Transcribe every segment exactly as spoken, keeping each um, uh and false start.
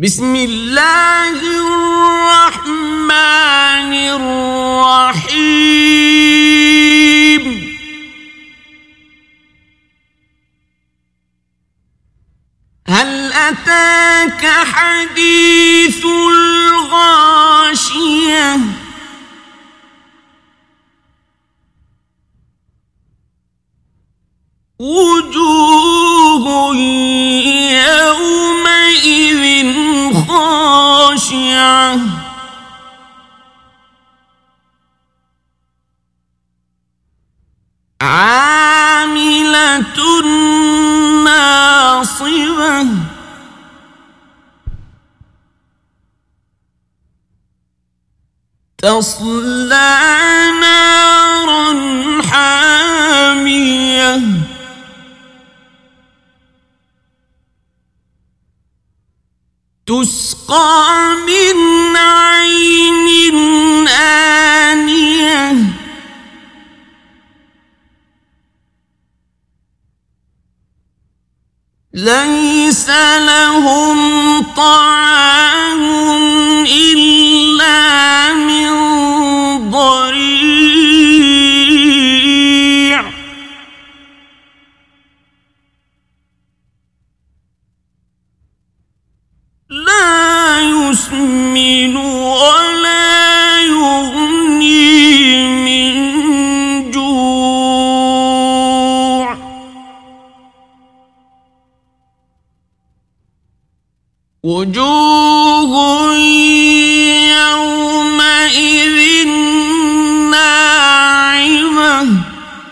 بسم الله الرحمن الرحيم هل أتاك حديث الغاشية وجوه يومئذ خاشعة عاملة ناصبة تصلى نارا حامية تسقى من عين آنية ليس لهم طعام إلا من ضريع لا يسمن ولا يغني من جوع وجوه يومئذ ناعمة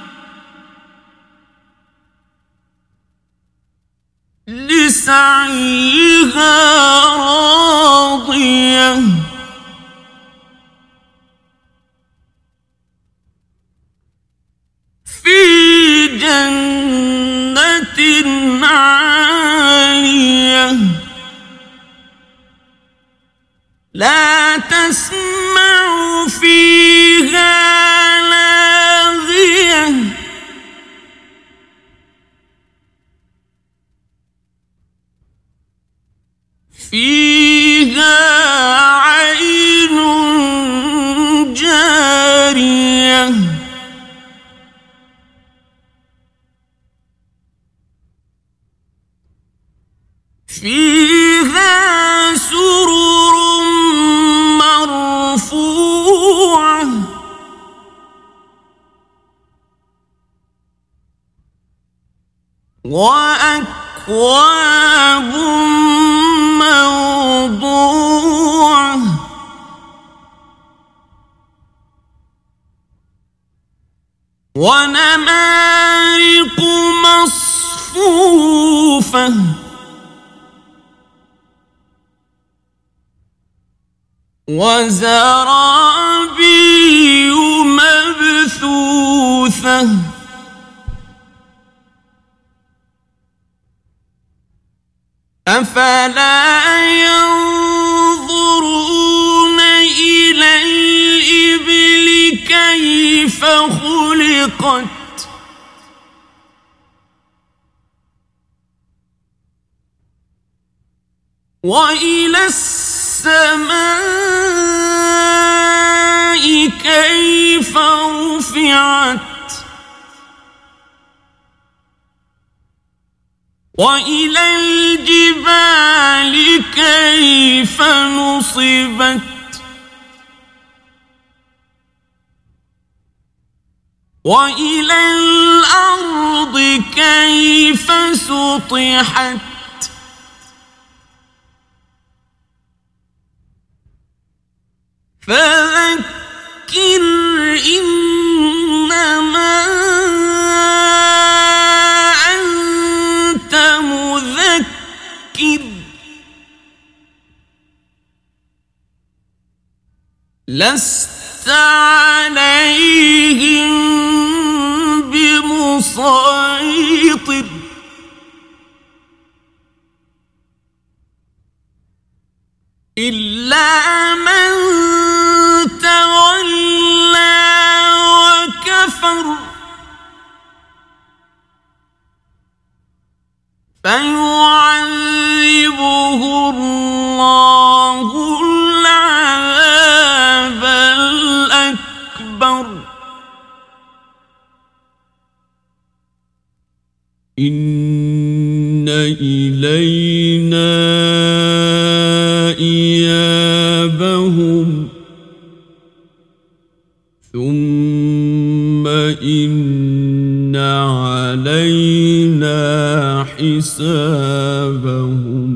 لسعيها راضية في جنة عالية لا تسمع فيها لاغية فيها عين جارية فيها سرر مرفوعة وأكواب موضوعة ونمارق مصفوفة وزرابي مبثوثة أفلا ينظرون إلى الإبل كيف خلقت وإلى السماء كيف رفعت وإلى الجبال كيف نصبت وإلى الأرض كيف سطحت فذكر إنما أنت مذكر لست عليهم بمسيطر إلا من تولى وكفر فيعذبه الله الله العذاب الأكبر إن إلينا إيابهم ثم إن علينا حسابهم